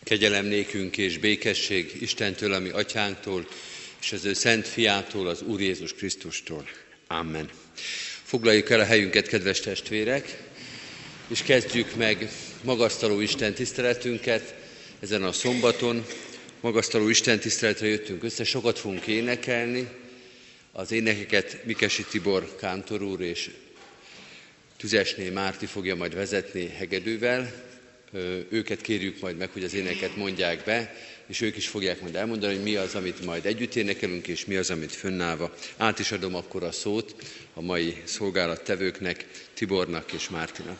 Kegyelem nékünk és békesség Istentől, ami atyánktól, és az ő szent fiától, az Úr Jézus Krisztustól. Amen. Foglaljuk el a helyünket, kedves testvérek, és kezdjük meg magasztaló Isten tiszteletünket ezen a szombaton. Magasztaló Isten tiszteletre jöttünk össze, sokat fogunk énekelni. Az énekeket Mikesi Tibor kántor úr és Tüzesné Márti fogja majd vezetni hegedűvel. Őket kérjük majd meg, hogy az éneket mondják be, és ők is fogják majd elmondani, hogy mi az, amit majd együtt énekelünk, és mi az, amit fönnállva. Át is adom akkor a szót a mai szolgálattevőknek, Tibornak és Mártinak.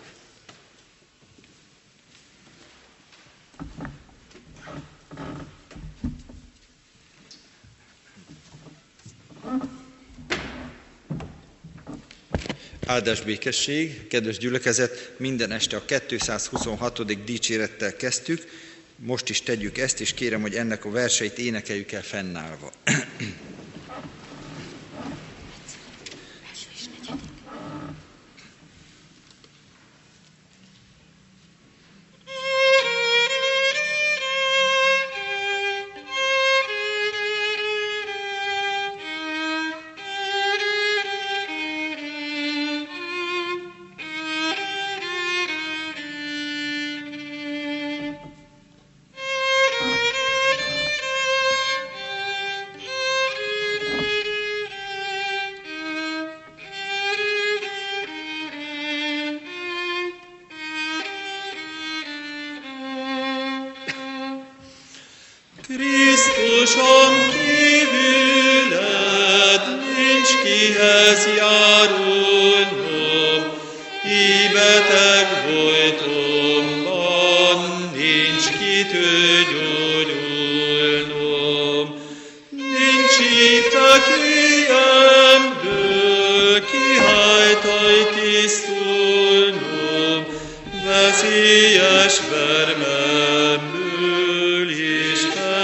Áldás békesség, kedves gyülekezet, minden este a 226. dicsérettel kezdtük, most is tegyük ezt, és kérem, hogy ennek a verseit énekeljük el fennállva. Krisztuson kívüled nincs kihez járulnom, így beteg voltomban nincs kitől gyógyulnom. Nincs így fekélyemből kihajtaj tisztulnom, veszélyes vermemből is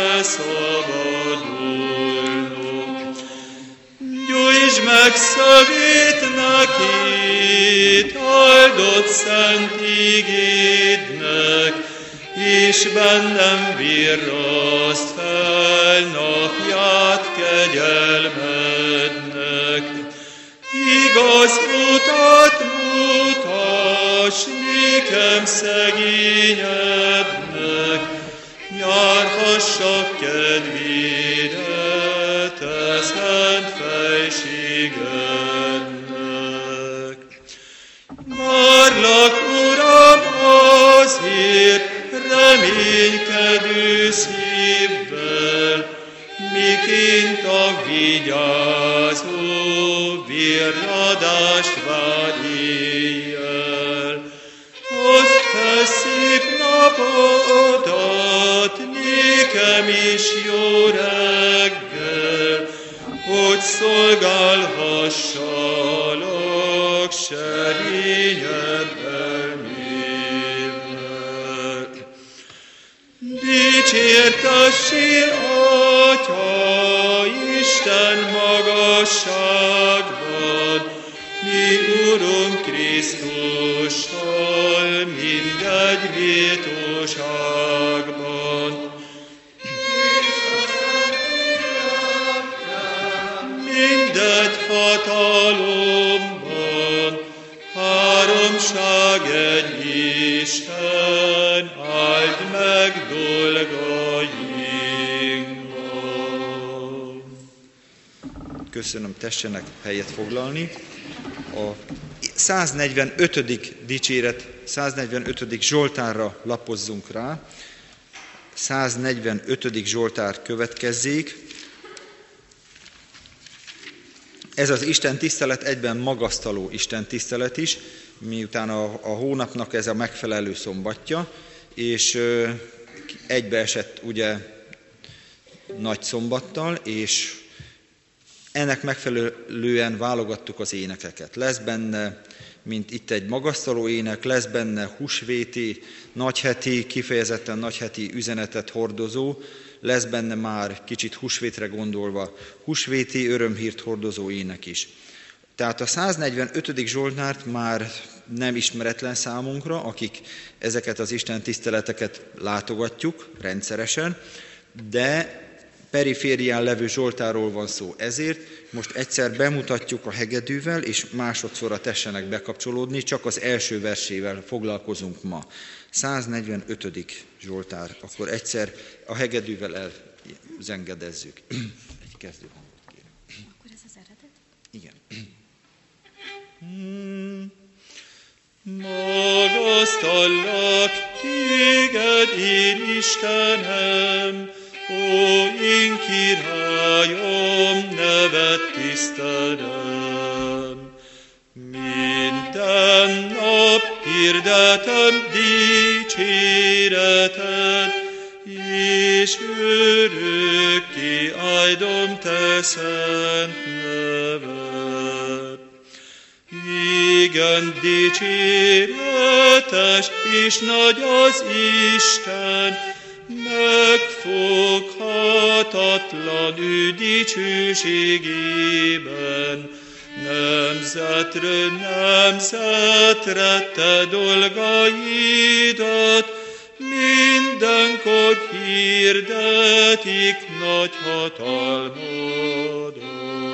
szabadulnom. Gyújtsd meg szavét neki, áldott szent igédnek, és bennem virraszt fel napját kegyelmednek. Igaz utat mutass nékem szegényednek, járhassak kedvére, te szent fejségednek. Várlak, Uram, azért reménykedő szívvel, miként a vigyázó virradást vár éjjel. Hozd fel szép napodat nékem is jó reggel, hogy szolgálhassalak serényed elmével. Dicsértessél, Atya, Isten magasságban, mi Urunk Krisztussal mindegy méltóságban. Mindegy hatalomban, háromság egy Isten, áld meg dolgainkban. Köszönöm, tessenek helyet foglalni. A 145. dicséret, 145. Zsoltárra lapozzunk rá. 145. Zsoltár következzék. Ez az Isten tisztelet egyben magasztaló Isten tisztelet is, miután a hónapnak ez a megfelelő szombatja, és egybeesett ugye nagy szombattal, és ennek megfelelően válogattuk az énekeket. Lesz benne, mint itt egy magasztaló ének, lesz benne húsvéti, nagyheti, kifejezetten nagyheti üzenetet hordozó, lesz benne már kicsit húsvétre gondolva, húsvéti örömhírt hordozó ének is. Tehát a 145. Zsoltárt már nem ismeretlen számunkra, akik ezeket az Isten tiszteleteket látogatjuk rendszeresen, de periférián levő Zsoltárról van szó. Ezért most egyszer bemutatjuk a hegedűvel, és másodszorra tessenek bekapcsolódni, csak az első versével foglalkozunk ma. 145. Zsoltár, akkor egyszer a hegedűvel elzengedezzük. Egy kezdő hangot kérem. Akkor ez az eredet? Igen. Magasztallak téged, én Istenem, ó, én királyom, neved tisztelem. Minden nap hirdetem dicséreted, és örökké áldom te szent neved. Igen, dicséretes és nagy az Isten, megfoghatatlan ő dicsőségében. Nemzetről nemzetre te dolgaidat, mindenkor hirdetik nagy hatalmadat.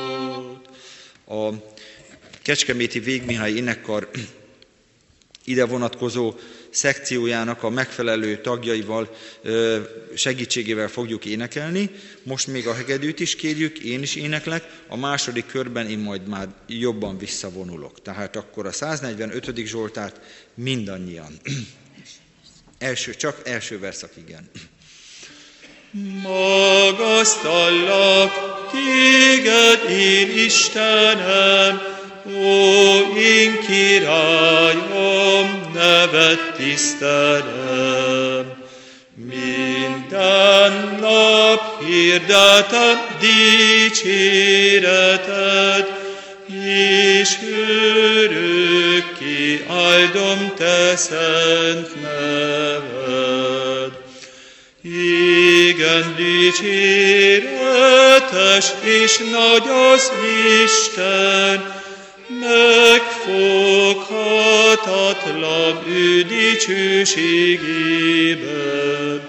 A Kecskeméti Végmihály énekkar ide vonatkozó szekciójának a megfelelő tagjaival, segítségével fogjuk énekelni. Most még a hegedűt is kérjük, én is éneklek, a második körben én majd már jobban visszavonulok. Tehát akkor a 145. Zsoltárt mindannyian. Csak első verszak, igen. Magasztallak téged, én Istenem, ó, én királyom, neved tisztelem. Minden nap hirdetem dicséreted, és örökké áldom te szent neved. Igen, dicséretes és nagy az Isten, megfoghatatlan ő dicsőségében.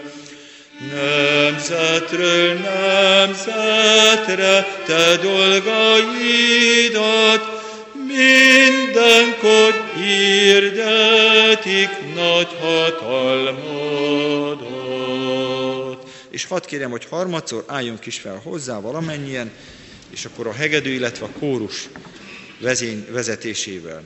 Nemzetről nemzetre te dolgaidat, mindenkor hirdetik nagy hatalmadat. És hadd kérjem, hogy harmadszor álljunk is fel hozzá valamennyien, és akkor a hegedű, illetve a kórus vezetésével.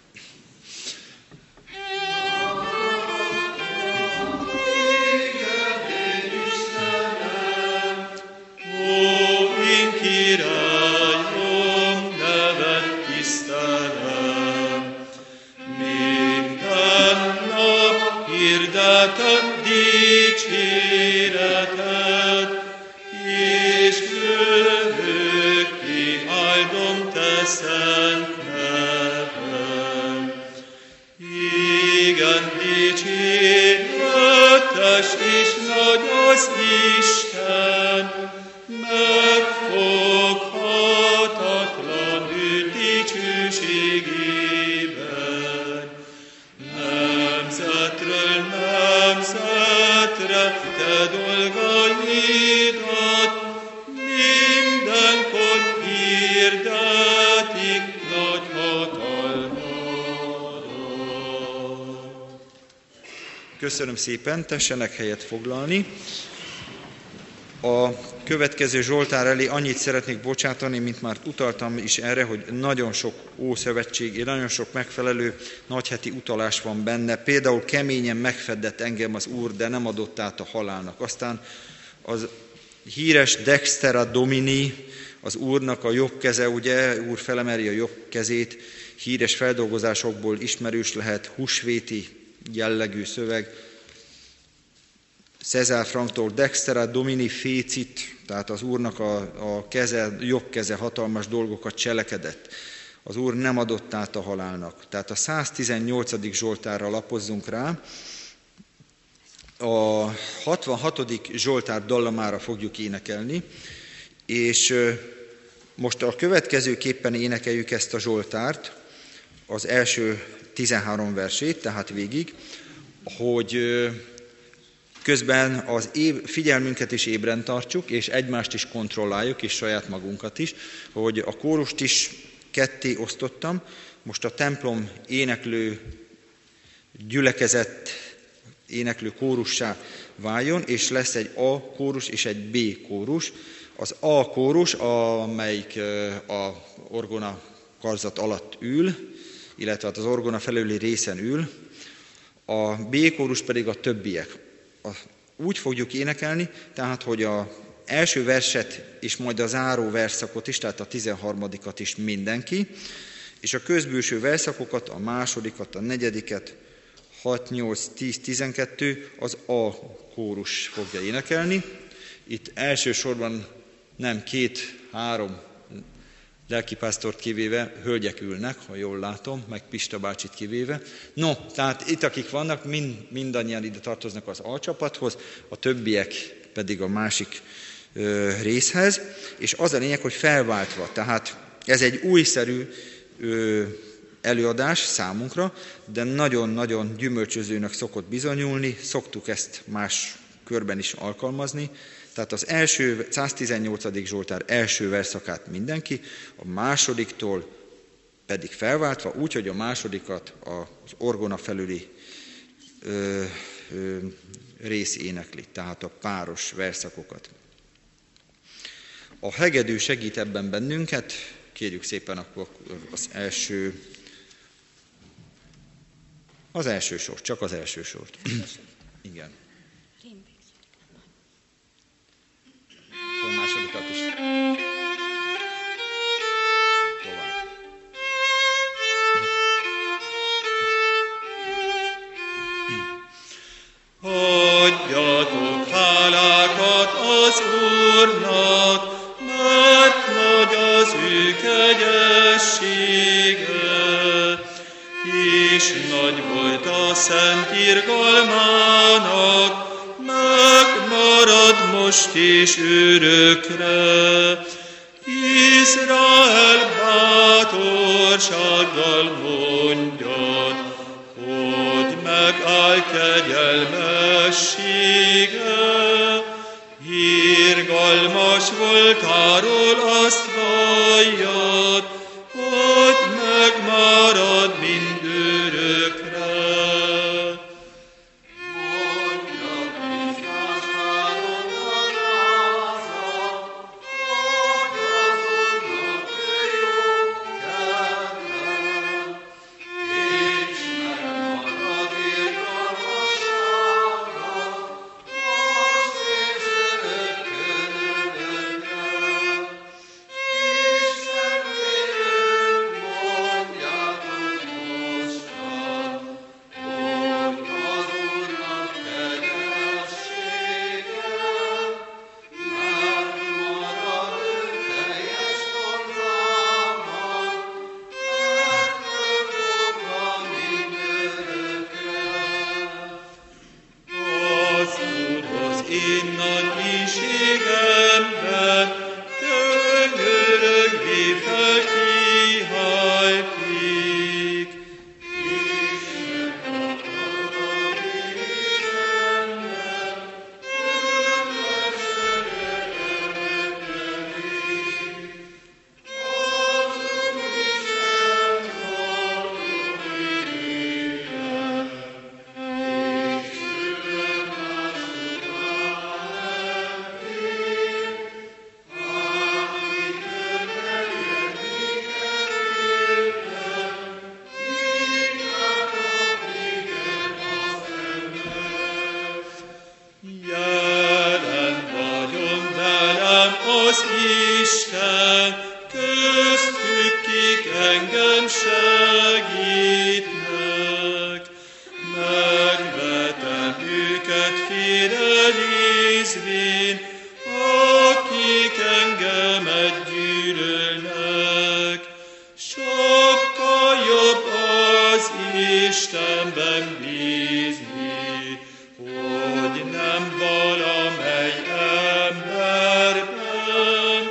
Hirdetem dicséreted, és örökké áldom te szent neved. Igen, dicséretes és nagy az Isten, megfoghatatlan ő dicsőségében. Nemzetről nemzetre te dolgaidat, mindenkor hirdetik nagy hatalmadat. Köszönöm szépen, tessenek helyet foglalni. A következő Zsoltár elé annyit szeretnék bocsátani, mint már utaltam is erre, hogy nagyon sok ószövetség, nagyon sok megfelelő nagyheti utalás van benne. Például keményen megfedett engem az Úr, de nem adott át a halálnak. Aztán az híres Dextera Domini, az Úrnak a jobb keze, ugye, Úr felemeli a jobb kezét, híres feldolgozásokból ismerős lehet, húsvéti jellegű szöveg. César Franktól Dextera Domini Fecit, tehát az Úrnak a keze, jobb keze hatalmas dolgokat cselekedett. Az Úr nem adott át a halálnak. Tehát a 118. Zsoltárra lapozzunk rá. A 66. Zsoltár dallamára fogjuk énekelni, és most a következőképpen énekeljük ezt a Zsoltárt, az első 13 versét, tehát végig, hogy közben az figyelmünket is ébren tartsuk, és egymást is kontrolláljuk, és saját magunkat is, hogy a kórust is ketté osztottam. Most a templom éneklő gyülekezet, éneklő kórussá váljon, és lesz egy A kórus és egy B kórus. Az A kórus, amelyik a orgona karzat alatt ül, illetve az orgona felüli részen ül, a B kórus pedig a többiek. Úgy fogjuk énekelni, tehát, hogy az első verset és majd a záró verszakot is, tehát a 13-at is mindenki, és a közbülső verszakokat, a másodikat, a negyediket, 6, 8, 10, 12 az A kórus fogja énekelni. Itt elsősorban nem 2-3 lelkipásztort kivéve hölgyek ülnek, ha jól látom, meg Pista bácsit kivéve. No, tehát itt akik vannak, mindannyian ide tartoznak az A csapathoz, a többiek pedig a másik részhez, és az a lényeg, hogy felváltva, tehát ez egy újszerű előadás számunkra, de nagyon-nagyon gyümölcsözőnek szokott bizonyulni, szoktuk ezt más körben is alkalmazni. Tehát az első 118. Zsoltár első verszakát mindenki, a másodiktól pedig felváltva, úgy, hogy a másodikat az orgona felüli rész énekli, tehát a páros verszakokat. A hegedű segít ebben bennünket, kérjük szépen akkor az első sort, csak az első sort. Igen. A másodikat is. Tovább. Adjatok hálákat az Úrnak, mert nagy az ő kegyessége, és nagy volt a szent irgalmának, megmarad most és örökre. Izrael bátorsággal mondjad, hogy megáll kegyelmessége. Irgalmas voltáról azt valljad, hogy megmarad mindörökre. az Isten, köztük kik engem segítnek. Megvetem őket félrenézvén, akik engemet gyűlölnek. Sokkal jobb az Istenben bízni, hogy nem valamely emberben.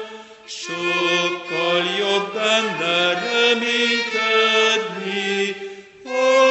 Sokkal jobb benne reménykedni,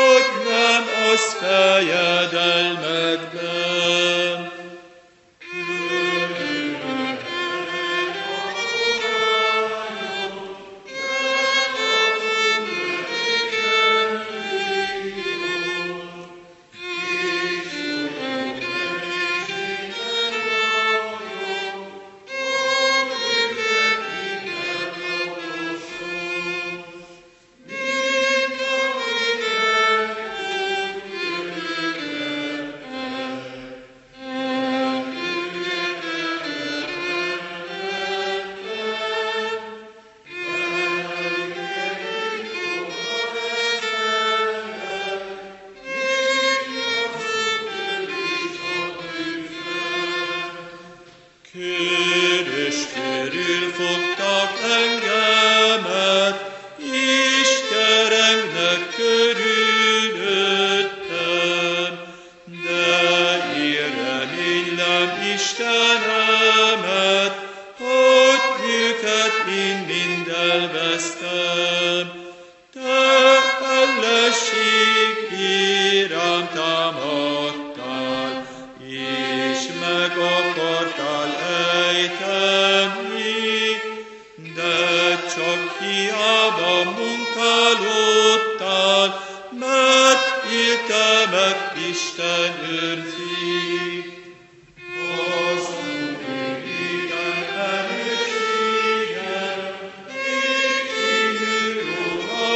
Istenemet, hogy őket én mind elvesztem. Te ellenség irám támadtál, és meg akartál ejteni, de csak hiába munkálódtál, mert éltemet Isten őrzi. Az Úr igen erőssége, és róla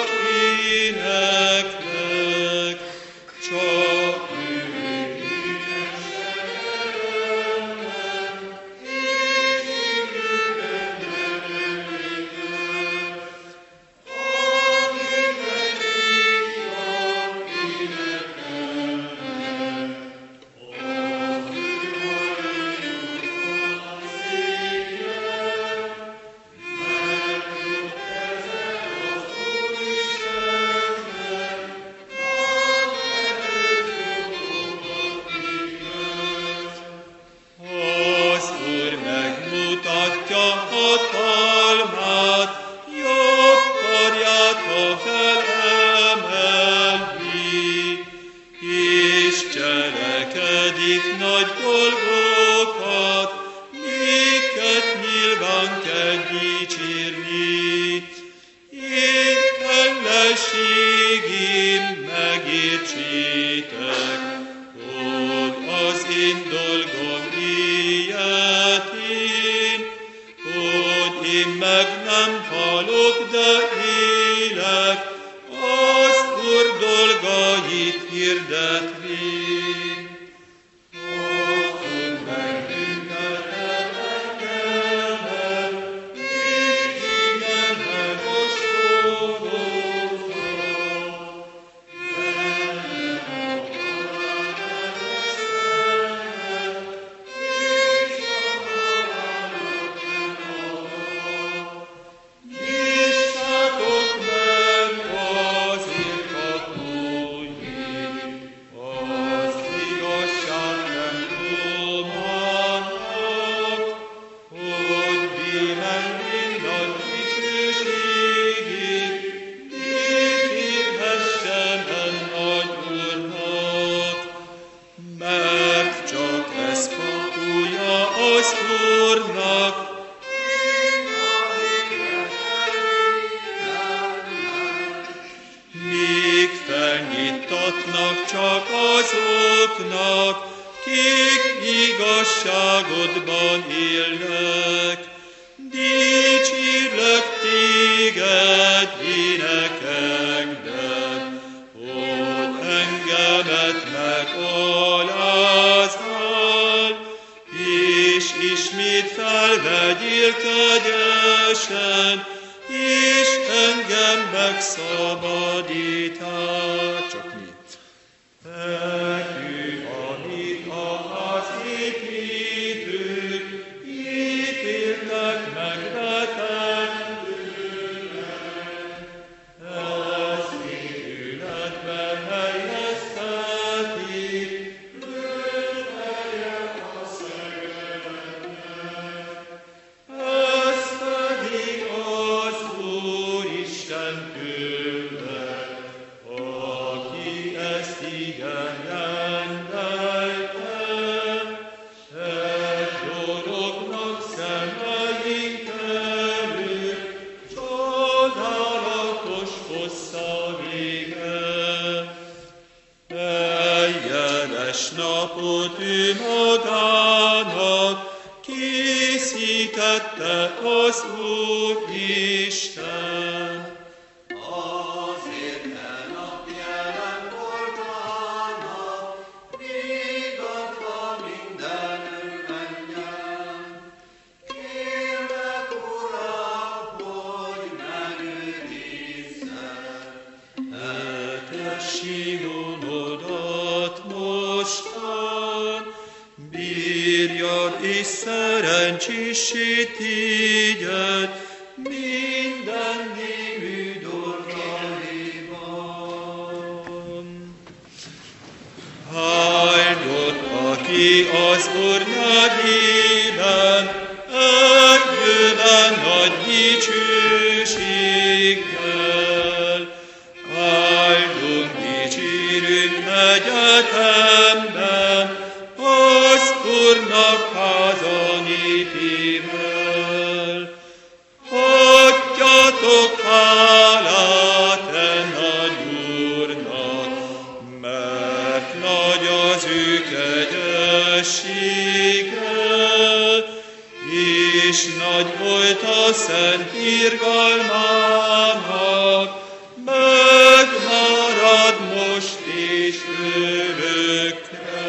éneklek, csak ő igazságomat, és időben megőrülök. Amiket hívok énekelnek, az ő hajlékon a szégyen, mert jobb keze az Úristennek, az Úr megmutatja hatalmát, jobb karját, ha felemeli, és cselekedik nagy dolgokat, miket nyilván kell dicsérni. Én ellenségim, megértsétek, hogy az én dolgom ilyetén, hogy én meg nem halok, de élek, az Úr dolgait hirdetvén. Az Úr megbüntetett engemet, és igen megostorozott. Nyissátok meg azért kapujit, az igazság templomának, hogy bímelni nagy dicsőségét, dicsérhessem nagy Úrnak, mert csak ez kapuja az Úrnak, míg felnyittatnak csak azoknak, kik igazságodban élnek. Dicsérlek téged énekekben, hogy engemet megalázál, és ismét felvegyél kegyesen, és engem megszabadítál. Csak mi? Nekünk, amit a ház építők ítéltek meg vetendőnek, ez épületbe helyeztetik, bőrtelje a szegednek. Ez pedig az Úristen tőle, aki ezt igen rendelte. Egy dolognak szemeink előtt csodálatos hossza vége. Eljeles napot ő magának készítette az Úristen. Azért e nap jelen voltának, vigadva mindenünk engem. Kérlek, Uram, hogy megőrizzel. Eltessi Sionodat mostan, bírjad és szerencsésé tégyed minden némű dolgaiban. Áldott, aki az Úr és nagy volt a szent irgalmának, megmarad most és örökre.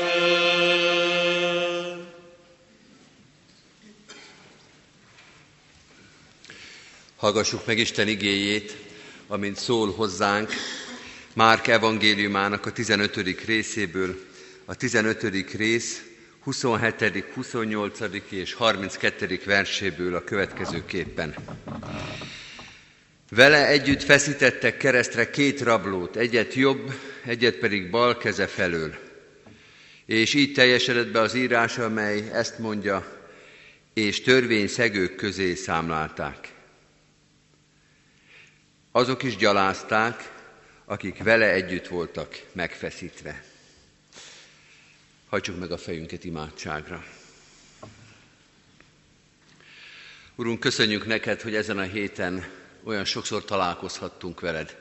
Hallgassuk meg Isten igéjét, amint szól hozzánk Márk evangéliumának a 15. részéből, a 15. rész 27., 28. és 32. verséből a következőképpen. Vele együtt feszítettek keresztre 2 rablót, egyet jobb, egyet pedig bal keze felől. És így teljesedett be az írás, amely ezt mondja, és törvényszegők közé számlálták. Azok is gyalázták, akik vele együtt voltak megfeszítve. Hajtsuk meg a fejünket imádságra. Urunk, köszönjük neked, hogy ezen a héten olyan sokszor találkozhattunk veled.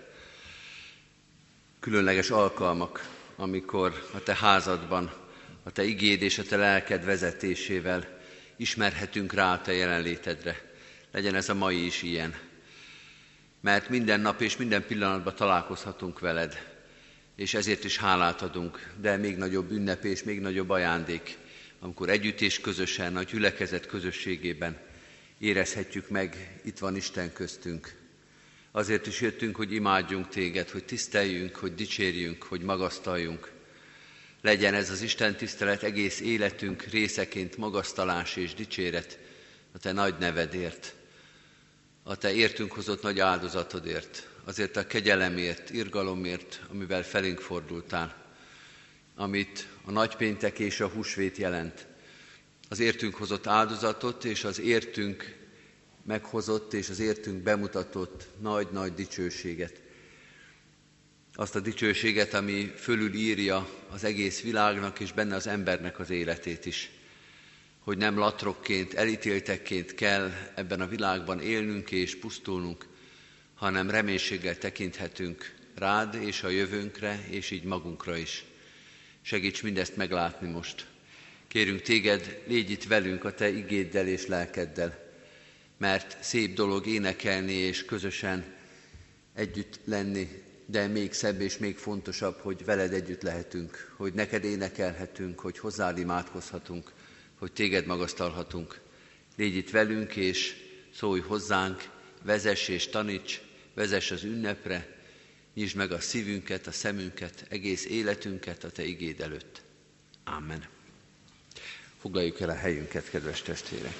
Különleges alkalmak, amikor a te házadban, a te igéd és a te lelked vezetésével ismerhetünk rá a te jelenlétedre. Legyen ez a mai is ilyen. Mert minden nap és minden pillanatban találkozhatunk veled, és ezért is hálát adunk, de még nagyobb ünnep és még nagyobb ajándék, amikor együtt és közösen, a gyülekezet közösségében érezhetjük meg, itt van Isten köztünk. Azért is jöttünk, hogy imádjunk téged, hogy tiszteljünk, hogy dicsérjünk, hogy magasztaljunk. Legyen ez az Isten tisztelet egész életünk részeként magasztalás és dicséret a te nagy nevedért, a te értünk hozott nagy áldozatodért, azért a kegyelemért, irgalomért, amivel felénk fordultál, amit a nagypéntek és a húsvét jelent. Az értünk hozott áldozatot és az értünk meghozott és az értünk bemutatott nagy-nagy dicsőséget. Azt a dicsőséget, ami fölülírja az egész világnak és benne az embernek az életét is. Hogy nem latrokként, elítéltekként kell ebben a világban élnünk és pusztulnunk, hanem reménységgel tekinthetünk rád és a jövőnkre, és így magunkra is. Segíts mindezt meglátni most. Kérünk téged, légy itt velünk a te igéddel és lelkeddel, mert szép dolog énekelni és közösen együtt lenni, de még szebb és még fontosabb, hogy veled együtt lehetünk, hogy neked énekelhetünk, hogy hozzád imádkozhatunk, hogy téged magasztalhatunk. Légy itt velünk, és szólj hozzánk, vezess és taníts, vezess az ünnepre, nyisd meg a szívünket, a szemünket, egész életünket a te igéd előtt. Amen. Foglaljuk el a helyünket, kedves testvérek.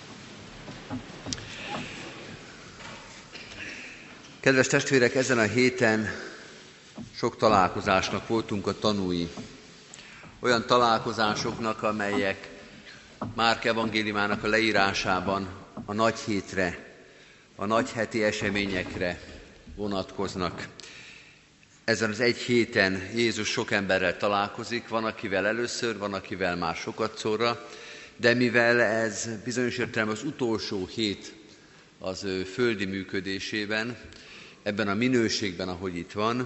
Kedves testvérek, ezen a héten sok találkozásnak voltunk a tanúi. Olyan találkozásoknak, amelyek Márk evangéliumának a leírásában a nagy hétre, a nagy heti eseményekre vonatkoznak. Ezen az egy héten Jézus sok emberrel találkozik, van akivel először, van akivel már sokatszorra, de mivel ez bizonyos értelemben az utolsó hét az ő földi működésében, ebben a minőségben, ahogy itt van,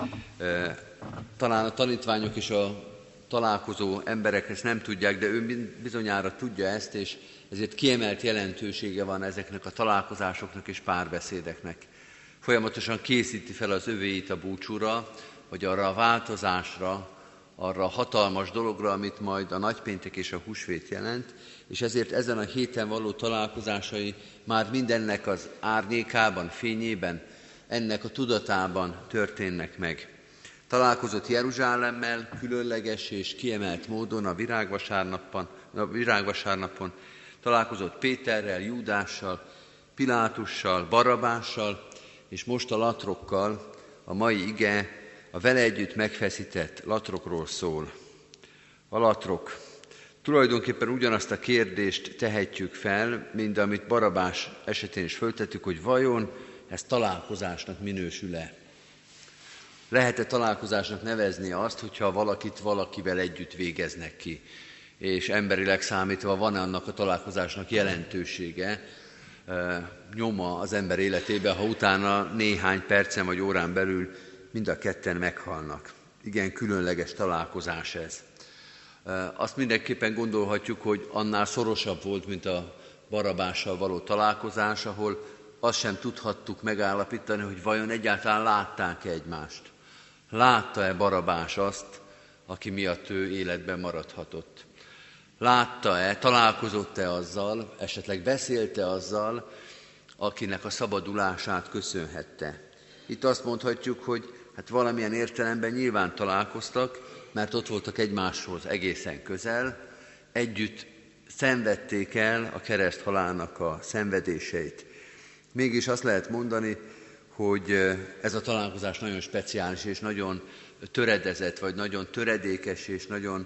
talán a tanítványok és a találkozó emberek ezt nem tudják, de ő bizonyára tudja ezt, és ezért kiemelt jelentősége van ezeknek a találkozásoknak és párbeszédeknek. Folyamatosan készíti fel az övéit a búcsúra, vagy arra a változásra, arra a hatalmas dologra, amit majd a nagypéntek és a húsvét jelent, és ezért ezen a héten való találkozásai már mindennek az árnyékában, fényében, ennek a tudatában történnek meg. Találkozott Jeruzsálemmel különleges és kiemelt módon a virágvasárnapon, találkozott Péterrel, Júdással, Pilátussal, Barabással, és most a latrokkal. A mai ige a vele együtt megfeszített latrokról szól. A latrok. Tulajdonképpen ugyanazt a kérdést tehetjük fel, mint amit Barabás esetén is föltettük, hogy vajon ez találkozásnak minősül-e? Lehet-e találkozásnak nevezni azt, hogyha valakit valakivel együtt végeznek ki? És emberileg számítva van-e annak a találkozásnak jelentősége, nyoma az ember életében, ha utána néhány percen vagy órán belül mind a ketten meghalnak? Igen, különleges találkozás ez. Azt mindenképpen gondolhatjuk, hogy annál szorosabb volt, mint a Barabással való találkozás, ahol azt sem tudhattuk megállapítani, hogy vajon egyáltalán látták-e egymást. Látta-e Barabás azt, aki miatt ő életben maradhatott? Látta-e, találkozott-e azzal, esetleg beszélte azzal, akinek a szabadulását köszönhette? Itt azt mondhatjuk, hogy hát valamilyen értelemben nyilván találkoztak, mert ott voltak egymáshoz egészen közel, együtt szenvedték el a kereszthalálnak a szenvedéseit. Mégis azt lehet mondani, hogy ez a találkozás nagyon speciális és nagyon töredezett, vagy nagyon töredékes, és nagyon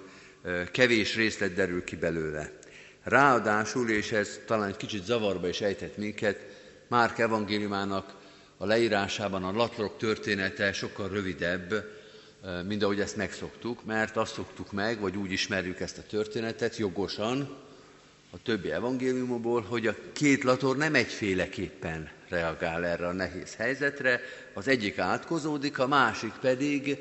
kevés részlet derül ki belőle. Ráadásul, és ez talán egy kicsit zavarba is ejtett minket, Márk evangéliumának a leírásában a latrok története sokkal rövidebb, mint ahogy ezt megszoktuk, mert azt szoktuk meg, vagy úgy ismerjük ezt a történetet jogosan a többi evangéliumból, hogy a két lator nem egyféleképpen reagál erre a nehéz helyzetre, az egyik átkozódik, a másik pedig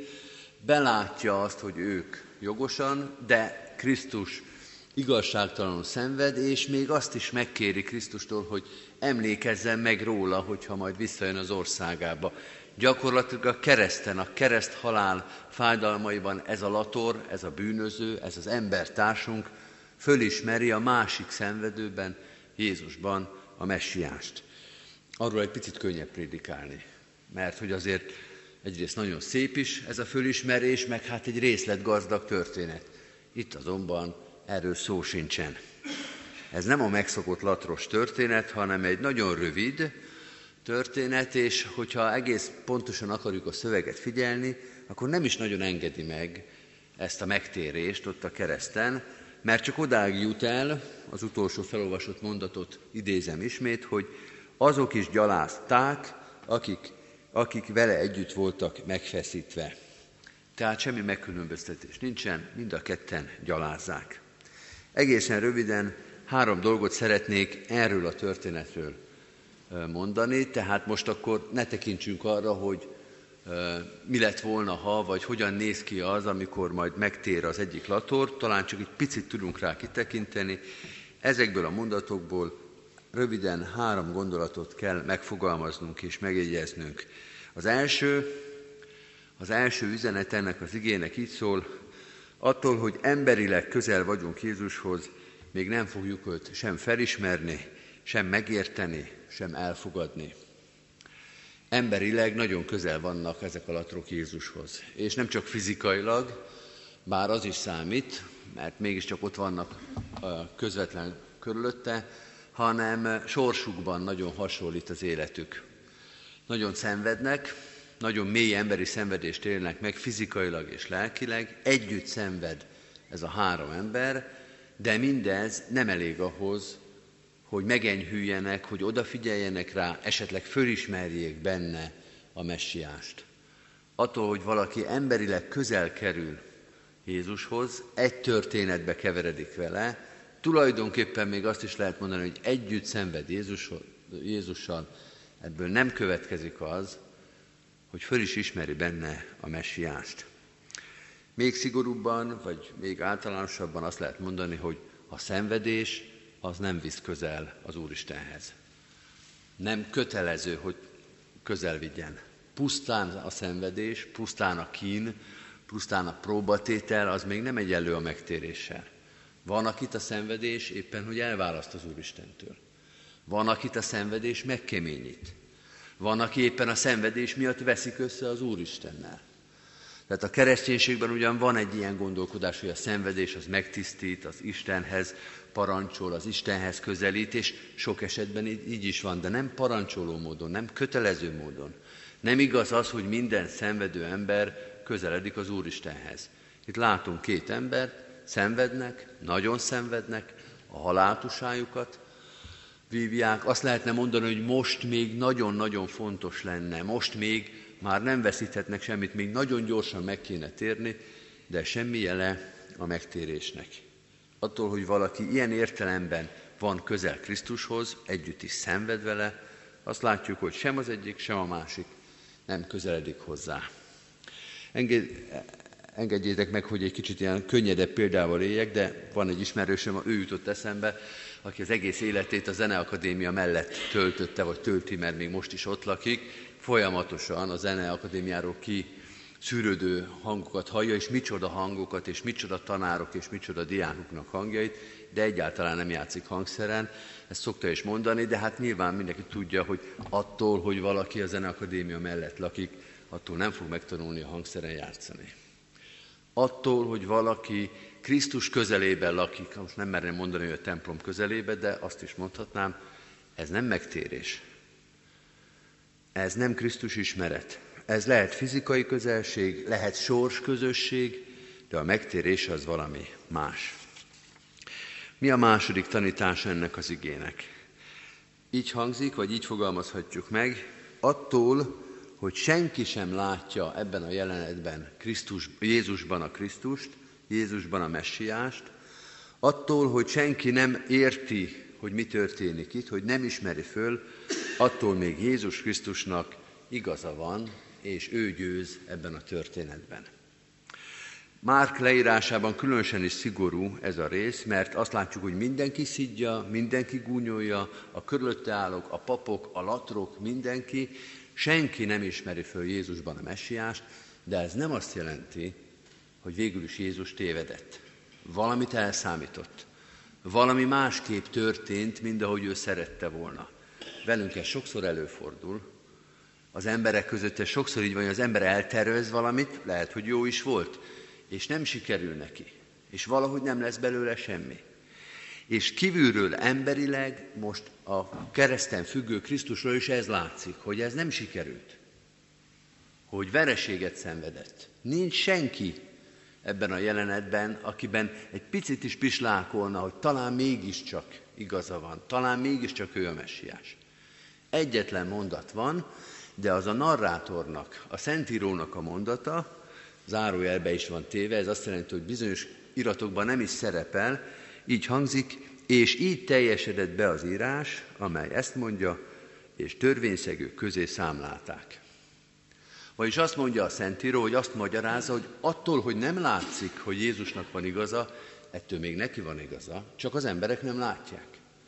belátja azt, hogy ők jogosan, de Krisztus igazságtalanul szenved, és még azt is megkéri Krisztustól, hogy emlékezzen meg róla, hogyha majd visszajön az országába. Gyakorlatilag a kereszten, a kereszt halál fájdalmaiban ez a lator, ez a bűnöző, ez az embertársunk fölismeri a másik szenvedőben, Jézusban a messiást. Arról egy picit könnyebb prédikálni, mert hogy azért egyrészt nagyon szép is ez a fölismerés, meg hát egy részletgazdag történet. Itt azonban erről szó sincsen. Ez nem a megszokott latros történet, hanem egy nagyon rövid történet, és hogyha egész pontosan akarjuk a szöveget figyelni, akkor nem is nagyon engedi meg ezt a megtérést ott a kereszten, mert csak odáig jut el, az utolsó felolvasott mondatot idézem ismét, hogy azok is gyalázták, akik vele együtt voltak megfeszítve. Tehát semmi megkülönböztetés nincsen, mind a ketten gyalázzák. Egészen röviden 3 dolgot szeretnék erről a történetről mondani, tehát most akkor ne tekintsünk arra, hogy mi lett volna, ha, vagy hogyan néz ki az, amikor majd megtér az egyik lator, talán csak egy picit tudunk rá kitekinteni. Ezekből a mondatokból röviden 3 gondolatot kell megfogalmaznunk és megjegyeznünk. Az első üzenet ennek az igének így szól: attól, hogy emberileg közel vagyunk Jézushoz, még nem fogjuk őt sem felismerni, sem megérteni, sem elfogadni. Emberileg nagyon közel vannak ezek a latrok Jézushoz. És nem csak fizikailag, bár az is számít, mert mégiscsak ott vannak közvetlen körülötte, hanem sorsukban nagyon hasonlít az életük. Nagyon szenvednek, nagyon mély emberi szenvedést élnek meg fizikailag és lelkileg, együtt szenved ez a 3 ember, de mindez nem elég ahhoz, hogy megenyhüljenek, hogy odafigyeljenek rá, esetleg fölismerjék benne a messiást. Attól, hogy valaki emberileg közel kerül Jézushoz, egy történetbe keveredik vele, tulajdonképpen még azt is lehet mondani, hogy együtt szenved Jézussal, ebből nem következik az, hogy föl is ismeri benne a messiást. Még szigorúbban, vagy még általánosabban azt lehet mondani, hogy a szenvedés az nem visz közel az Úristenhez. Nem kötelező, hogy közel vigyen. Pusztán a szenvedés, pusztán a kín, pusztán a próbatétel, az még nem egyenlő a megtéréssel. Van, akit a szenvedés éppen, hogy elválaszt az Úristentől. Van, akit a szenvedés megkeményít. Van, aki éppen a szenvedés miatt veszik össze az Úristennel. Tehát a kereszténységben ugyan van egy ilyen gondolkodás, hogy a szenvedés az megtisztít, az Istenhez parancsol, az Istenhez közelít, és sok esetben így is van, de nem parancsoló módon, nem kötelező módon. Nem igaz az, hogy minden szenvedő ember közeledik az Úristenhez. Itt látunk 2 embert, szenvednek, nagyon szenvednek, a haláltusájukat vívják. Azt lehetne mondani, hogy most még nagyon-nagyon fontos lenne, most még már nem veszíthetnek semmit, még nagyon gyorsan meg kéne térni, de semmi jele a megtérésnek. Attól, hogy valaki ilyen értelemben van közel Krisztushoz, együtt is szenved vele, azt látjuk, hogy sem az egyik, sem a másik nem közeledik hozzá. engedjétek meg, hogy egy kicsit ilyen könnyedebb példával éljek, de van egy ismerősöm, ő jutott eszembe, aki az egész életét a Zeneakadémia mellett töltötte, vagy tölti, mert még most is ott lakik, folyamatosan a Zeneakadémiáról kiszűrődő hangokat hallja, és micsoda hangokat, és micsoda tanárok, és micsoda diákoknak hangjait, de egyáltalán nem játszik hangszeren, ezt szokta is mondani, de hát nyilván mindenki tudja, hogy attól, hogy valaki a Zeneakadémia mellett lakik, attól nem fog megtanulni a hangszeren játszani. Attól, hogy valaki Krisztus közelében lakik, most nem merném mondani, hogy a templom közelében, de azt is mondhatnám, ez nem megtérés. Ez nem Krisztus ismeret. Ez lehet fizikai közelség, lehet sors közösség, de a megtérés az valami más. Mi a második tanítása ennek az igének? Így hangzik, vagy így fogalmazhatjuk meg, attól, hogy senki sem látja ebben a jelenetben Jézusban a Krisztust, Jézusban a Messiást, attól, hogy senki nem érti, hogy mi történik itt, hogy nem ismeri föl, attól még Jézus Krisztusnak igaza van, és ő győz ebben a történetben. Márk leírásában különösen is szigorú ez a rész, mert azt látjuk, hogy mindenki szidja, mindenki gúnyolja, a körülötte állók, a papok, a latrok, mindenki, senki nem ismeri föl Jézusban a Messiást, de ez nem azt jelenti, hogy végül is Jézus tévedett. Valamit elszámított. Valami másképp történt, mint ahogy ő szerette volna. Velünk ez sokszor előfordul. Az emberek között ez sokszor így van, hogy az ember eltervez valamit, lehet, hogy jó is volt, és nem sikerül neki. És valahogy nem lesz belőle semmi. És kívülről emberileg most a kereszten függő Krisztusról is ez látszik, hogy ez nem sikerült. Hogy vereséget szenvedett. Nincs senki ebben a jelenetben, akiben egy picit is pislákolna, hogy talán mégiscsak igaza van, talán mégiscsak ő a Messiás. Egyetlen mondat van, de az a narrátornak, a Szentírónak a mondata, zárójelbe is van téve, ez azt jelenti, hogy bizonyos iratokban nem is szerepel, így hangzik, és így teljesedett be az írás, amely ezt mondja, és törvényszegők közé számlálták. Vagyis azt mondja a Szentíró, hogy azt magyarázza, hogy attól, hogy nem látszik, hogy Jézusnak van igaza, ettől még neki van igaza, csak az emberek nem látják.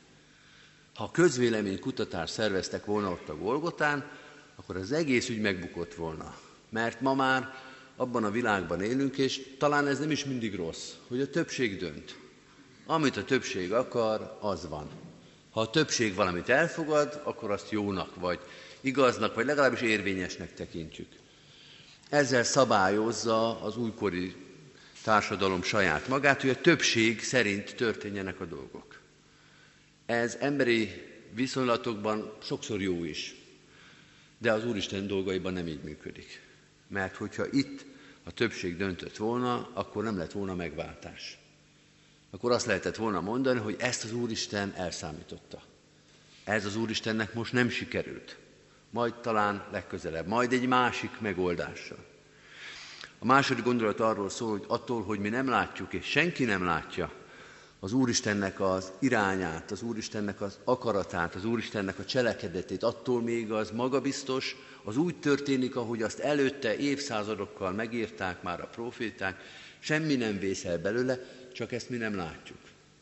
Ha közvéleménykutatást szerveztek volna ott a Golgotán, akkor az egész ügy megbukott volna. Mert ma már abban a világban élünk, és talán ez nem is mindig rossz, hogy a többség dönt. Amit a többség akar, az van. Ha a többség valamit elfogad, akkor azt jónak, vagy igaznak, vagy legalábbis érvényesnek tekintjük. Ezzel szabályozza az újkori társadalom saját magát, hogy a többség szerint történjenek a dolgok. Ez emberi viszonylatokban sokszor jó is, de az Úristen dolgaiban nem így működik. Mert hogyha itt a többség döntött volna, akkor nem lett volna megváltás. Akkor azt lehetett volna mondani, hogy ezt az Úristen elszámította. Ez az Úristennek most nem sikerült. Majd talán legközelebb, majd egy másik megoldással. A második gondolat arról szól, hogy attól, hogy mi nem látjuk, és senki nem látja az Úristennek az irányát, az Úristennek az akaratát, az Úristennek a cselekedetét, attól még az magabiztos, az úgy történik, ahogy azt előtte évszázadokkal megírták már a próféták, semmi nem vészel belőle, csak ezt mi nem látjuk.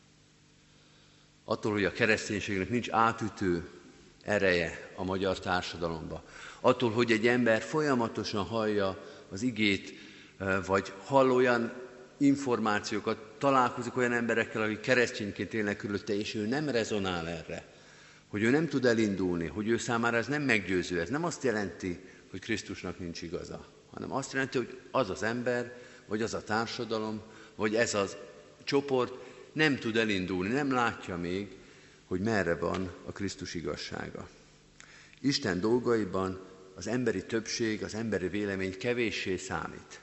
Attól, hogy a kereszténységnek nincs átütő ereje a magyar társadalomba, attól, hogy egy ember folyamatosan hallja az igét, vagy hall olyan információkat, találkozik olyan emberekkel, akik keresztényként élnek körülötte, és ő nem rezonál erre, hogy ő nem tud elindulni, hogy ő számára ez nem meggyőző. Ez nem azt jelenti, hogy Krisztusnak nincs igaza, hanem azt jelenti, hogy az az ember, vagy az a társadalom, vagy ez az csoport nem tud elindulni, nem látja még, hogy merre van a Krisztus igazsága. Isten dolgaiban az emberi többség, az emberi vélemény kevéssé számít.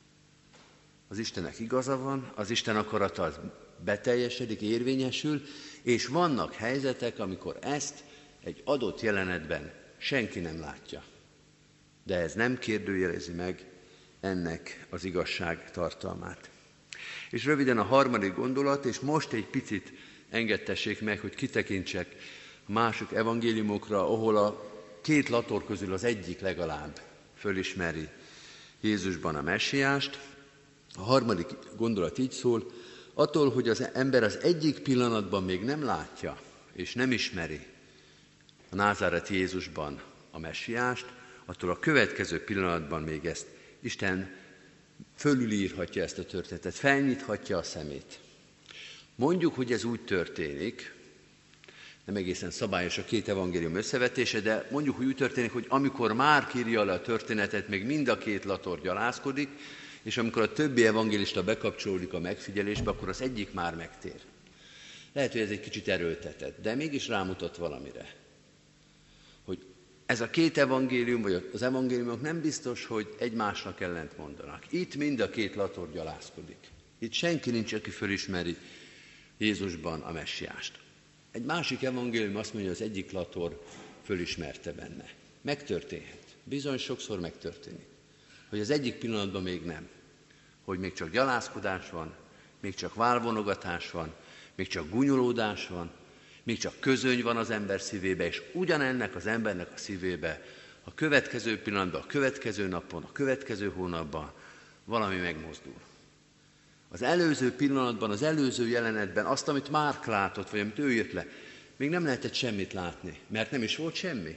Az Istennek igaza van, az Isten akarata az beteljesedik, érvényesül, és vannak helyzetek, amikor ezt egy adott jelenetben senki nem látja. De ez nem kérdőjelezi meg ennek az igazság tartalmát. És röviden a harmadik gondolat, és most egy picit engedtessék meg, hogy kitekintsek a másik evangéliumokra, ahol a két lator közül az egyik legalább fölismeri Jézusban a Messiást. A harmadik gondolat így szól, attól, hogy az ember az egyik pillanatban még nem látja, és nem ismeri a názáreti Jézusban a messiást, attól a következő pillanatban még ezt Isten fölülírhatja ezt a történetet, felnyithatja a szemét. Mondjuk, hogy ez úgy történik, nem egészen szabályos a két evangélium összevetése, de mondjuk, hogy úgy történik, hogy amikor Márk írja le a történetet, még mind a két lator gyalázkodik, és amikor a többi evangélista bekapcsolódik a megfigyelésbe, akkor az egyik már megtér. Lehet, hogy ez egy kicsit erőltetett, de mégis rámutat valamire. Hogy ez a két evangélium, vagy az evangéliumok nem biztos, hogy egymásnak ellent mondanak. Itt mind a két lator gyalázkodik. Itt senki nincs, aki fölismeri Jézusban a messiást. Egy másik evangélium azt mondja, hogy az egyik lator fölismerte benne. Megtörténhet. Bizony sokszor megtörténik. Hogy az egyik pillanatban még nem. Hogy még csak gyalázkodás van, még csak válvonogatás van, még csak gúnyolódás van, még csak közöny van az ember szívébe, és ugyanennek az embernek a szívébe a következő pillanatban, a következő napon, a következő hónapban valami megmozdul. Az előző pillanatban, az előző jelenetben azt, amit Márk látott, vagy amit ő írt le, még nem lehetett semmit látni, mert nem is volt semmi.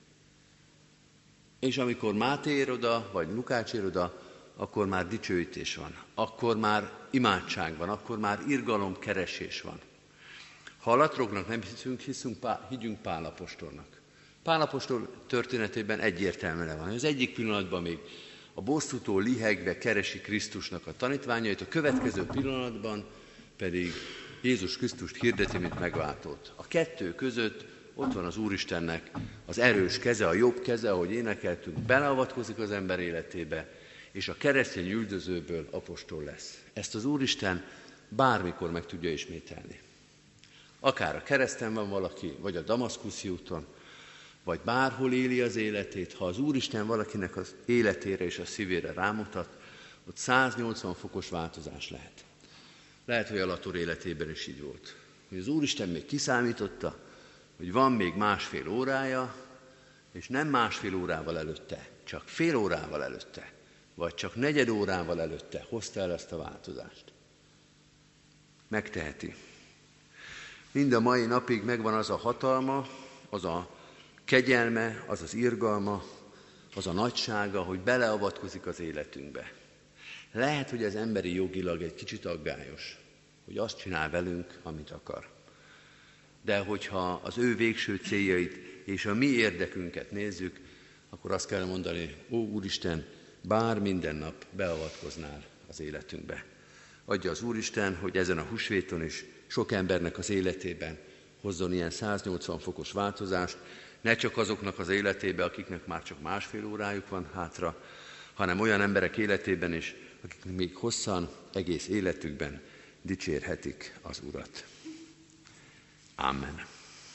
És amikor Máté ér oda, vagy Lukács ér oda, akkor már dicsőítés van, akkor már imádság van, akkor már irgalomkeresés van. Ha a latroknak nem higgyünk Pál apostolnak. Pál apostol történetében egyértelműen van. Az egyik pillanatban még a bosszútól lihegve keresi Krisztusnak a tanítványait, a következő pillanatban pedig Jézus Krisztust hirdeti, mint megváltót. A kettő között ott van az Úristennek az erős keze, a jobb keze, ahogy énekeltünk, beleavatkozik az ember életébe, és a keresztény üldözőből apostol lesz. Ezt az Úristen bármikor meg tudja ismételni. Akár a kereszten van valaki, vagy a Damaszkuszi úton, vagy bárhol éli az életét, ha az Úristen valakinek az életére és a szívére rámutat, ott 180 fokos változás lehet. Lehet, hogy a lator életében is így volt. Hogy az Úristen még kiszámította, hogy van még másfél órája, és nem másfél órával előtte, csak fél órával előtte, vagy csak negyed órával előtte hozta el ezt a változást. Megteheti. Mind a mai napig megvan az a hatalma, az a kegyelme, az az irgalma, az a nagysága, hogy beleavatkozik az életünkbe. Lehet, hogy az emberi jogilag egy kicsit aggályos, hogy azt csinál velünk, amit akar. De hogyha az ő végső céljait és a mi érdekünket nézzük, akkor azt kell mondani, ó Úristen, bár minden nap beavatkoznál az életünkbe. Adja az Úristen, hogy ezen a húsvéton is sok embernek az életében hozzon ilyen 180 fokos változást, ne csak azoknak az életébe, akiknek már csak másfél órájuk van hátra, hanem olyan emberek életében is, akik még hosszan, egész életükben dicsérhetik az Urat. Amen.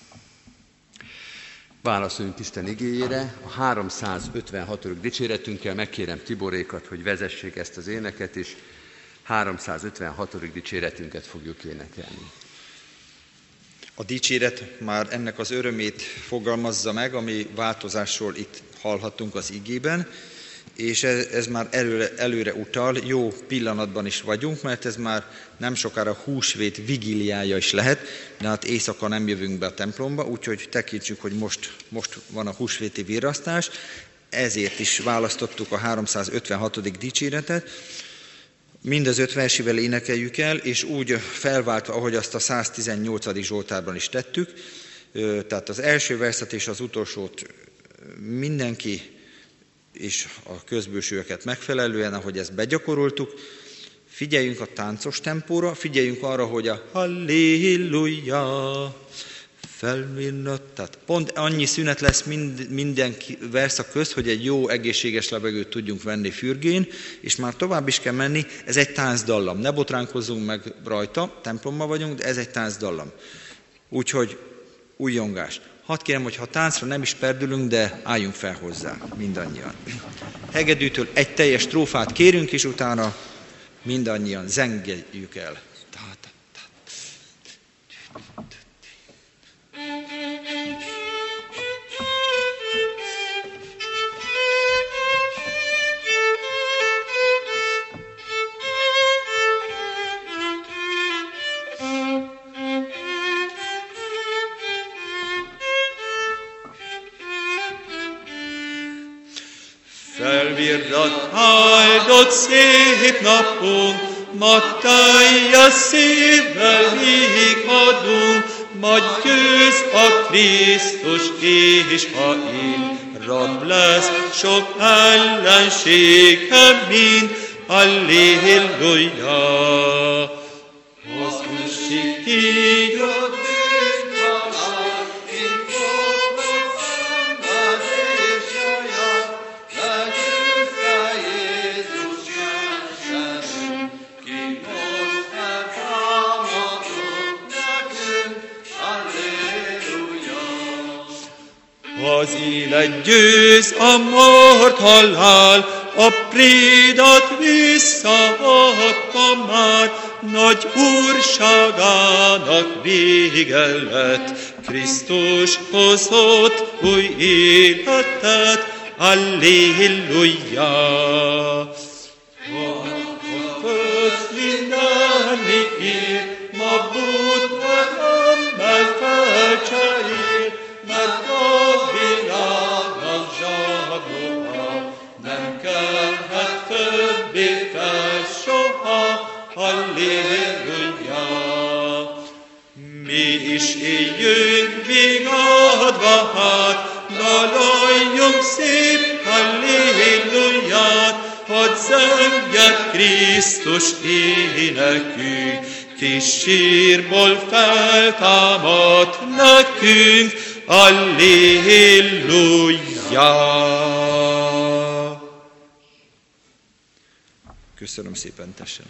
Válaszoljunk Isten igéjére. A 356. dicséretünkkel megkérem Tiborékat, hogy vezessék ezt az éneket, és 356. dicséretünket fogjuk énekelni. A dicséret már ennek az örömét fogalmazza meg, ami változásról itt hallhattunk az igében, és ez már előre utal, jó pillanatban is vagyunk, mert ez már nem sokára húsvét vigíliája is lehet, de hát éjszaka nem jövünk be a templomba, úgyhogy tekintsük, hogy most van a húsvéti virrasztás, ezért is választottuk a 356. dicséretet. Mind az 5 versével énekeljük el, és úgy felváltva, ahogy azt a 118. Zsoltárban is tettük, tehát az első verszet és az utolsót mindenki, és a közbősőeket megfelelően, ahogy ezt begyakoroltuk, figyeljünk a táncos tempóra, figyeljünk arra, hogy a halléluja felvinnat, tehát pont annyi szünet lesz minden verszak közt, hogy egy jó, egészséges levegőt tudjunk venni fürgén, és már tovább is kell menni, ez egy táncdallam. Ne botránkozzunk meg rajta, templomban vagyunk, de ez egy táncdallam. Úgyhogy újjongás. Hadd kérem, hogy ha táncra nem is perdülünk, de álljunk fel hozzá mindannyian. Hegedűtől egy teljes strófát kérünk, és utána mindannyian zengeljük el. Elvirrat áldott szép napunk, ma teljes szívvel adunk, ma győz a Krisztus, és ha én rab lesz, sok ellenségem mind, halleluja. Az Úrség kígyott az élet győz, a mort halál, a prédat visszaadta már, nagy úrságának vége lett. Krisztus hozott új életet, halleluja. A föld mindenni ér, ma Buddha felcserél, mert a világnak zsarnoka nem kellhet többé fel soha, halleluja. Mi is éljünk vigadva hát, daloljunk szép halleluját, hadd zengjen Krisztus énekünk, kis sírból feltámad nekünk, halleluja! Köszönöm szépen, tessék!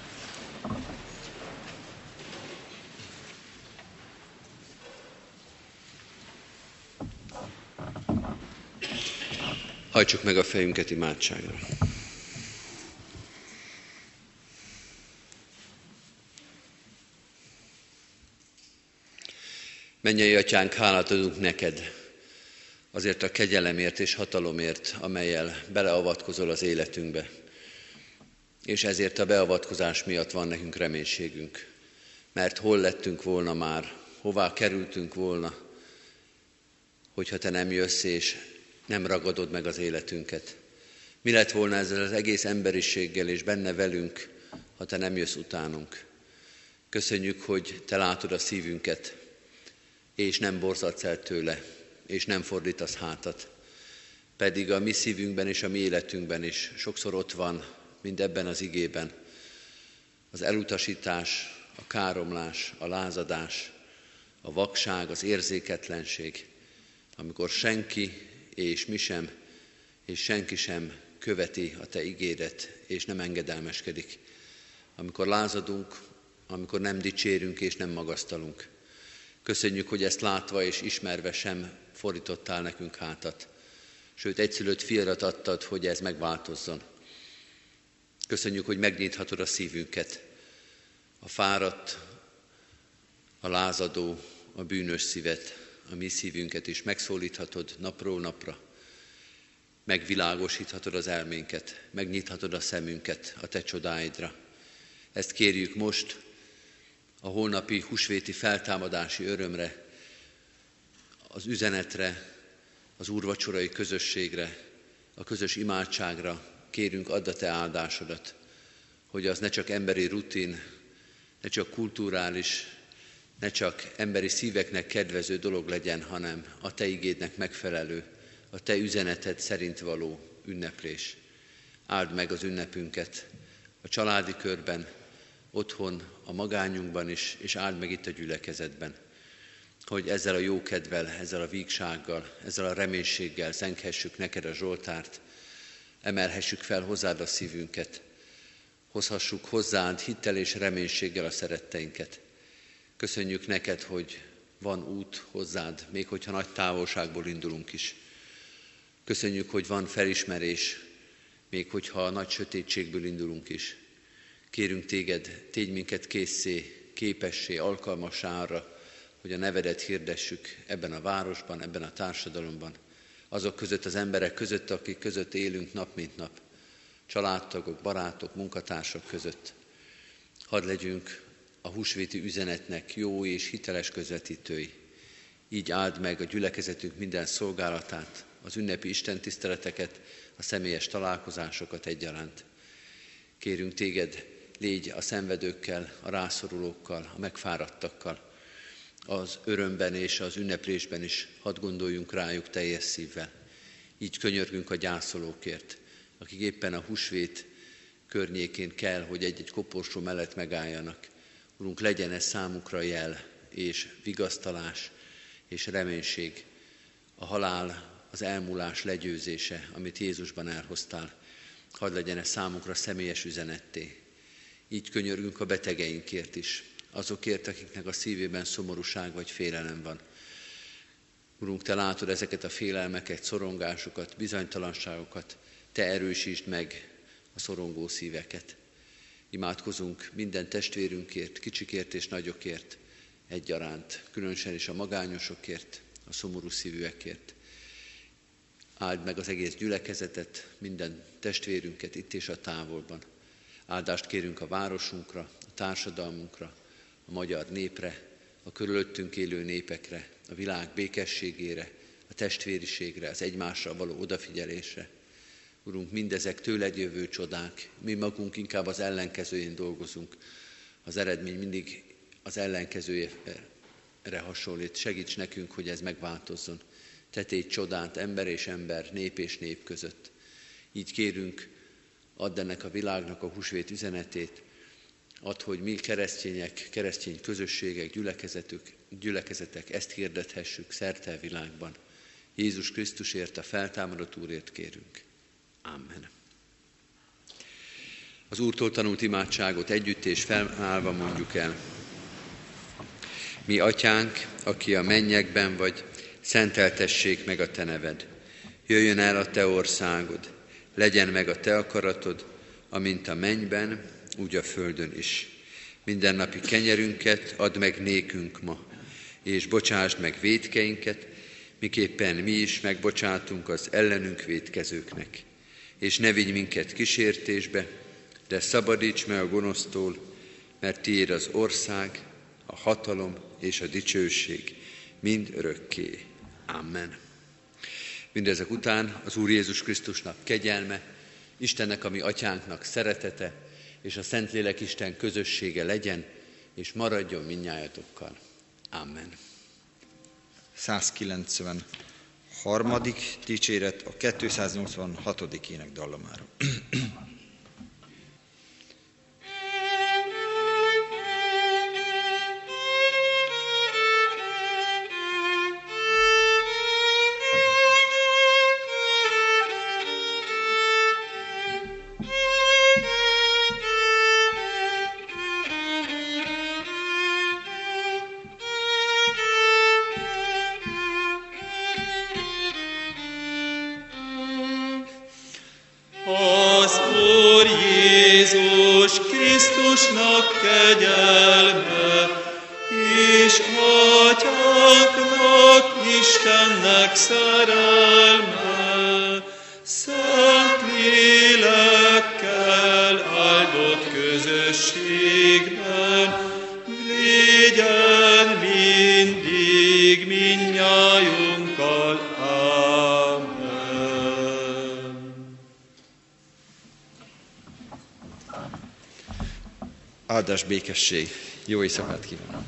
Hajtsuk meg a fejünket imádságra. Mennyei Atyánk, hálát adunk neked azért a kegyelemért és hatalomért, amellyel beleavatkozol az életünkbe. És ezért a beavatkozás miatt van nekünk reménységünk. Mert hol lettünk volna már, hová kerültünk volna, hogyha te nem jössz és nem ragadod meg az életünket. Mi lett volna ezzel az egész emberiséggel és benne velünk, ha te nem jössz utánunk. Köszönjük, hogy te látod a szívünket, és nem borzadsz el tőle, és nem fordítasz hátat. Pedig a mi szívünkben és a mi életünkben is sokszor ott van, mint ebben az igében, az elutasítás, a káromlás, a lázadás, a vakság, az érzéketlenség, amikor senki és mi sem, és senki sem követi a te igédet, és nem engedelmeskedik. Amikor lázadunk, amikor nem dicsérünk és nem magasztalunk. Köszönjük, hogy ezt látva és ismerve sem fordítottál nekünk hátat. Sőt, egyszülött fiadat adtad, hogy ez megváltozzon. Köszönjük, hogy megnyithatod a szívünket. A fáradt, a lázadó, a bűnös szívet, a mi szívünket is megszólíthatod napról napra. Megvilágosíthatod az elménket, megnyithatod a szemünket a te csodáidra. Ezt kérjük most a holnapi húsvéti feltámadási örömre, az üzenetre, az úrvacsorai közösségre, a közös imádságra. Kérünk, add a te áldásodat, hogy az ne csak emberi rutin, ne csak kulturális, ne csak emberi szíveknek kedvező dolog legyen, hanem a te igédnek megfelelő, a te üzeneted szerint való ünneplés. Áld meg az ünnepünket a családi körben, otthon, a magányunkban is, és áld meg itt a gyülekezetben, hogy ezzel a jókedvel, ezzel a vígsággal, ezzel a reménységgel zenghessük neked a zsoltárt, emelhessük fel hozzád a szívünket, hozhassuk hozzád hittel és reménységgel a szeretteinket. Köszönjük neked, hogy van út hozzád, még hogyha nagy távolságból indulunk is. Köszönjük, hogy van felismerés, még hogyha nagy sötétségből indulunk is. Kérünk téged, tégy minket készé, képessé, alkalmassá arra, hogy a nevedet hirdessük ebben a városban, ebben a társadalomban, azok között, az emberek között, akik között élünk nap mint nap, családtagok, barátok, munkatársak között. Hadd legyünk a húsvéti üzenetnek jó és hiteles közvetítői. Így áld meg a gyülekezetünk minden szolgálatát, az ünnepi istentiszteleteket, a személyes találkozásokat egyaránt. Kérünk téged, légy a szenvedőkkel, a rászorulókkal, a megfáradtakkal. Az örömben és az ünneplésben is hadd gondoljunk rájuk teljes szívvel. Így könyörgünk a gyászolókért, akik éppen a húsvét környékén kell, hogy egy-egy koporsó mellett megálljanak. Urunk, legyen ez számukra jel és vigasztalás és reménység, a halál, az elmúlás legyőzése, amit Jézusban elhoztál. Hadd legyen ez számukra személyes üzenetté. Így könyörgünk a betegeinkért is, azokért, akiknek a szívében szomorúság vagy félelem van. Urunk, Te látod ezeket a félelmeket, szorongásokat, bizonytalanságokat, Te erősítsd meg a szorongó szíveket. Imádkozunk minden testvérünkért, kicsikért és nagyokért egyaránt, különösen is a magányosokért, a szomorú szívűekért. Áld meg az egész gyülekezetet, minden testvérünket itt és a távolban. Áldást kérünk a városunkra, a társadalmunkra, a magyar népre, a körülöttünk élő népekre, a világ békességére, a testvériségre, az egymásra való odafigyelésre. Urunk, mindezek tőled jövő csodák, mi magunk inkább az ellenkezőjén dolgozunk. Az eredmény mindig az ellenkezőjére hasonlít. Segíts nekünk, hogy ez megváltozzon. Te tégy csodát ember és ember, nép és nép között. Így kérünk, add ennek a világnak a húsvét üzenetét, add, hogy mi keresztények, keresztény közösségek, gyülekezetek ezt hirdethessük szerte a világban. Jézus Krisztusért, a feltámadott Úrért kérünk. Amen. Az Úrtól tanult imádságot együtt és felállva mondjuk el. Mi atyánk, aki a mennyekben vagy, szenteltessék meg a te neved. Jöjjön el a te országod, legyen meg a te akaratod, amint a mennyben, úgy a földön is. Mindennapi kenyerünket add meg nékünk ma, és bocsásd meg vétkeinket, miképpen mi is megbocsátunk az ellenünk vétkezőknek. És ne vigy minket kísértésbe, de szabadíts meg a gonosztól, mert tiéd az ország, a hatalom és a dicsőség mind örökké. Amen. Mindezek után az Úr Jézus Krisztusnak kegyelme, Istennek, a mi atyánknak szeretete, és a Szentlélek Isten közössége legyen, és maradjon mindnyájatokkal. Amen. 193. dicséret a 286. énekdallamára. Az Úr Jézus Krisztusnak kegyelme, és Atyánknak, Istennek szerelme, Szent Lélekkel áldott közösségben legyen mindig mindnyájunkkal. Áldás, békesség, jó éjszakát kívánok!